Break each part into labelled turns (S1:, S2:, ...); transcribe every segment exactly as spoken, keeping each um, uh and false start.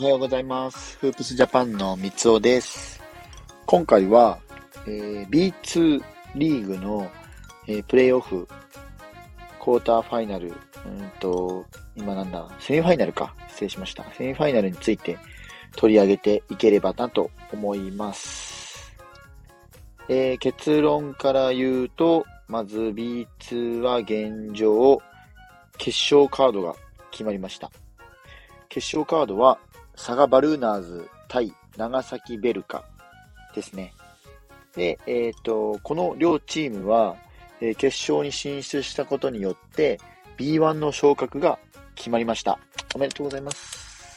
S1: おはようございます。フープスジャパンの三尾です。今回は、えー、ビーツー リーグの、えー、プレイオフ、クォーターファイナル、うんと、今なんだ、セミファイナルか。失礼しました。セミファイナルについて取り上げていければなと思います。えー、結論から言うと、まず ビーツー は現状、決勝カードが決まりました。決勝カードは、佐賀バルーナーズ対長崎ベルカですね。で、えっと、この両チームは、えー決勝に進出したことによって ビーワン の昇格が決まりました。おめでとうございます。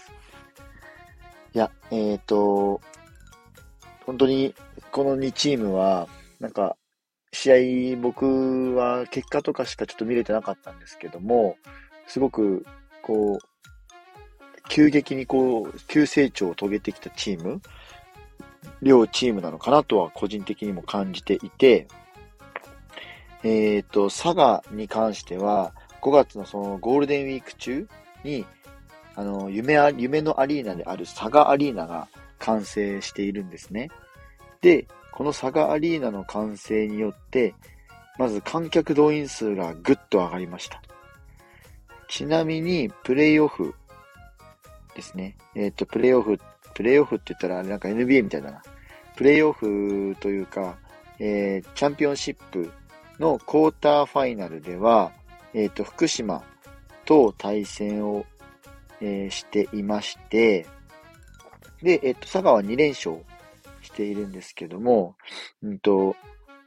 S1: いや、えっと、本当にこのにチームは、なんか、試合僕は結果とかしかちょっと見れてなかったんですけども、すごく、こう、急激にこう、急成長を遂げてきたチーム、両チームなのかなとは個人的にも感じていて、えっと、佐賀に関しては、ごがつのそのゴールデンウィーク中に、あの、夢あ、夢のアリーナである佐賀アリーナが完成しているんですね。で、この佐賀アリーナの完成によって、まず観客動員数がぐっと上がりました。ちなみに、プレイオフですね。えっと、プレイオフ、プレイオフって言ったら、なんか エヌビーエー みたいだな。プレイオフというか、えー、チャンピオンシップのクォーターファイナルでは、えっと、福島と対戦を、えーしていまして、で、えっと、佐賀はに連勝しているんですけども、うんと、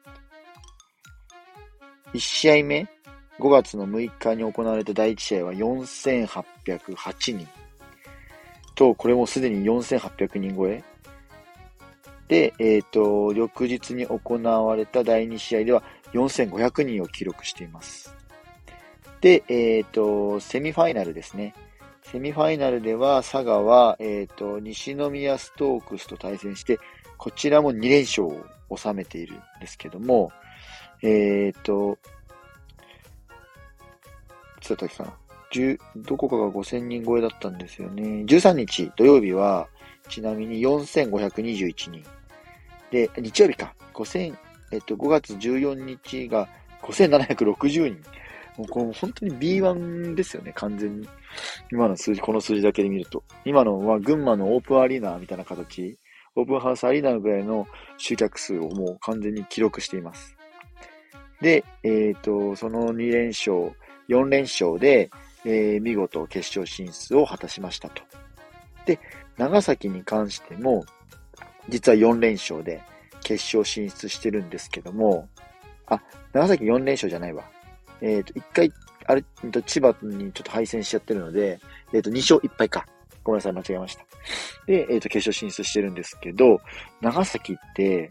S1: いち試合目、ごがつのむいかに行われただいいち試合はよんせんはっぴゃくはちにんと、これもすでによんせんはっぴゃくにん超え。で、えっと、翌日に行われただいに試合ではよんせんごひゃくにんを記録しています。で、えっと、セミファイナルですね。セミファイナルでは佐賀は、えっと、西宮ストークスと対戦して、こちらもに連勝を収めているんですけども、えっと、いつだったっけかな。じゅうどこかがごせんにん超えだったんですよね。じゅうさんにち土曜日は、ちなみによんせんごひゃくにじゅういちにん。で、日曜日か。ごせん、えっと、ごがつじゅうよっかがごせんななひゃくろくじゅうにん。もうこの本当に ビーワン ですよね、完全に。今の数字、この数字だけで見ると。今のは群馬のオープンアリーナみたいな形、オープンハウスアリーナぐらいの集客数をもう完全に記録しています。で、えっと、そのに連勝、よん連勝で、えー見事決勝進出を果たしましたと。で、長崎に関しても、実はよん連勝で決勝進出してるんですけども、あ、長崎よん連勝じゃないわ。えっと、いっかい、あれ、えっと千葉にちょっと敗戦しちゃってるので、えっと、に勝いっ敗か。ごめんなさい、間違えました。で、えっと、決勝進出してるんですけど、長崎って、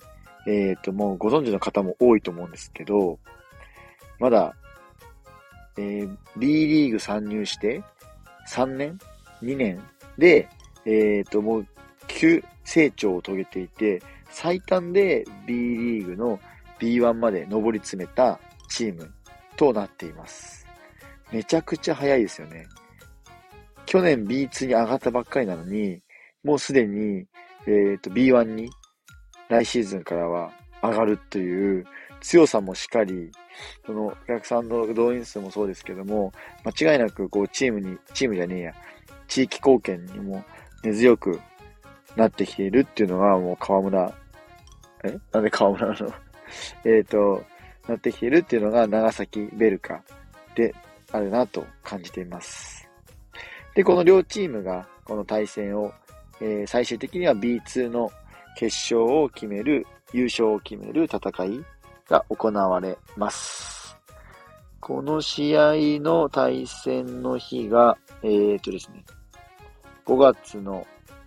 S1: えっと、もうご存知の方も多いと思うんですけど、まだ、えー B リーグ参入してさんねん ?に 年で、えっと、もう急成長を遂げていて、最短で B リーグの ビーワン まで上り詰めたチームとなっています。めちゃくちゃ早いですよね。去年 ビーツー に上がったばっかりなのに、もうすでに、えっと、ビーワン に来シーズンからは上がるという強さもしっかり、そのお客さんの動員数もそうですけども、間違いなくこうチームに、チームじゃねえや、地域貢献にも根強くなってきているっていうのがもう河村、えなんで河村なのえっと、なってきているっていうのが長崎ベルカであるなと感じています。で、この両チームがこの対戦を、えー最終的には ビーツー の決勝を決める、優勝を決める戦いが行われます。この試合の対戦の日が、えーとですね、ごがつの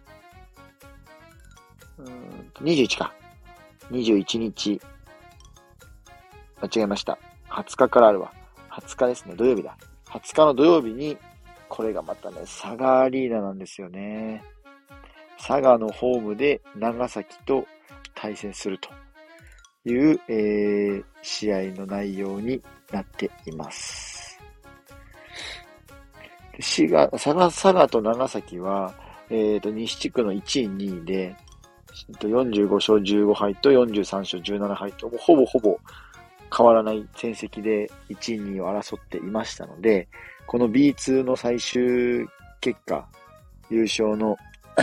S1: うーんとにじゅういちか。にじゅういちにち。間違えました。はつかからあるわ。はつかですね。土曜日だ。はつかの土曜日に、これがまたね、佐賀アリーナなんですよね。佐賀のホームで長崎と対戦するという、えー、試合の内容になっています。滋賀、佐賀、佐賀と長崎は、 えっと、西地区のいちい、にいで、よんじゅうごしょうじゅうごはいとよんじゅうさんしょうじゅうななはいと、もうほぼほぼ変わらない戦績でいちい、にいを争っていましたので、この ビーツー の最終結果、優勝の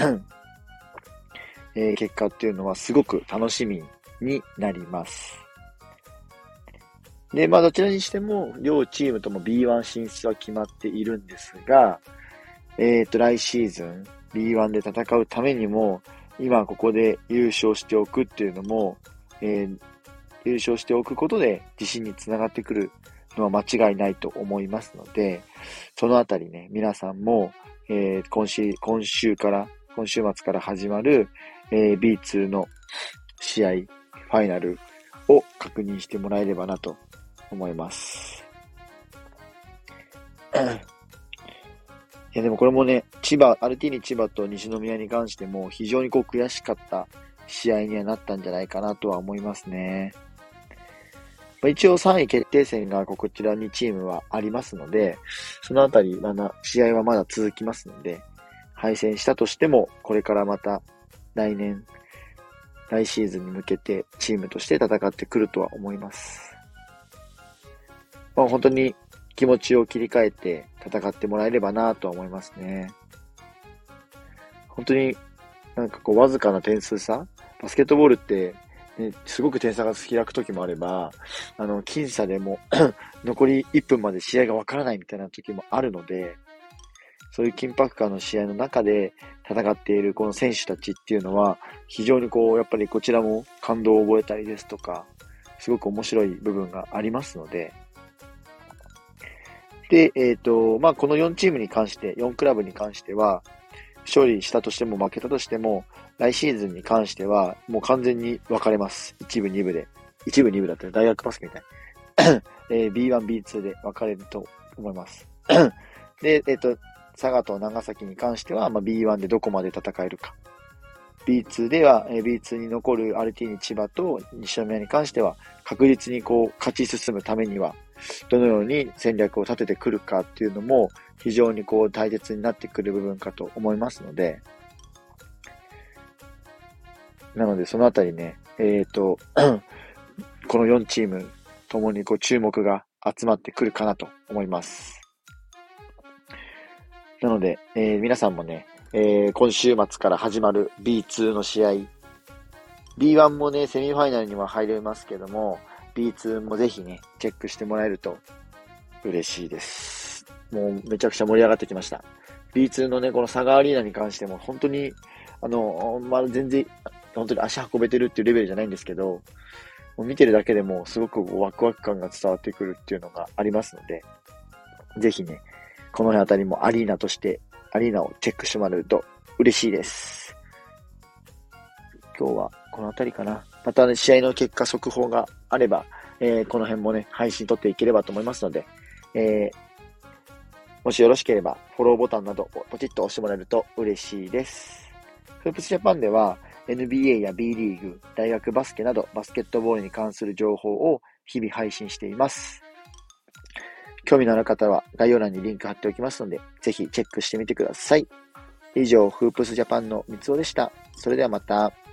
S1: えー、結果っていうのはすごく楽しみになります。で、まあどちらにしても両チームとも ビーワン 進出は決まっているんですが、えっと来シーズン ビーワン で戦うためにも今ここで優勝しておくっていうのも、えー、優勝しておくことで自信につながってくるのは間違いないと思いますので、そのあたりね、皆さんも、えー、今週、今週から、今週末から始まる、えー、ビーツー の試合、ファイナルを確認してもらえればなと思います。いやでもこれもね、千葉、アルティーニ千葉と西宮に関しても非常にこう悔しかった試合にはなったんじゃないかなとは思いますね。一応さんい決定戦がこちらにチームはありますので、そのあたり、まだ試合はまだ続きますので、敗戦したとしても、これからまた来年、来シーズンに向けてチームとして戦ってくるとは思います。まあ、本当に気持ちを切り替えて戦ってもらえればなとは思いますね。本当になんかこうわずかな点数差、バスケットボールってね、すごく点差が開く時もあれば、あの、僅差でも残りいっぷんまで試合がわからないみたいな時もあるので、そういう緊迫感の試合の中で戦っているこの選手たちっていうのは、非常にこう、やっぱりこちらも感動を覚えたりですとか、すごく面白い部分がありますので、で、えっと、まあ、このよんチームに関して、よんクラブに関しては、勝利したとしても負けたとしても、来シーズンに関しては、もう完全に分かれます。一部、二部で。一部、二部だったら大学バスケみたい。えー、ビーワン、ビーツー で分かれると思います。で、えっと、佐賀と長崎に関しては、まあ、ビーワン でどこまで戦えるか。ビーツー では、えー、ビーツー に残るアルティーニ千葉と西宮に関しては、確実にこう、勝ち進むためには、どのように戦略を立ててくるかっていうのも、非常にこう、大切になってくる部分かと思いますので、なので、そのあたりね、えっと、このよんチームともにこう注目が集まってくるかなと思います。なので、えー、皆さんもね、えー、今週末から始まる ビーツー の試合、ビーワン もね、セミファイナルには入れますけども、ビーツー もぜひね、チェックしてもらえると嬉しいです。もうめちゃくちゃ盛り上がってきました。ビーツー のね、このサガーアリーナに関しても本当に、あの、まあ、全然、本当に足運べてるっていうレベルじゃないんですけど、もう見てるだけでもすごくワクワク感が伝わってくるっていうのがありますので、ぜひね、この辺あたりもアリーナとして、アリーナをチェックしてもらえると嬉しいです。今日はこのあたりかな。またね、試合の結果速報があれば、えー、この辺もね、配信撮っていければと思いますので、えー、もしよろしければフォローボタンなどをポチッと押してもらえると嬉しいです。フープスジャパンでは エヌビーエー や B リーグ、大学バスケなどバスケットボールに関する情報を日々配信しています。興味のある方は概要欄にリンク貼っておきますので、ぜひチェックしてみてください。以上、フープスジャパンのみつおでした。それではまた。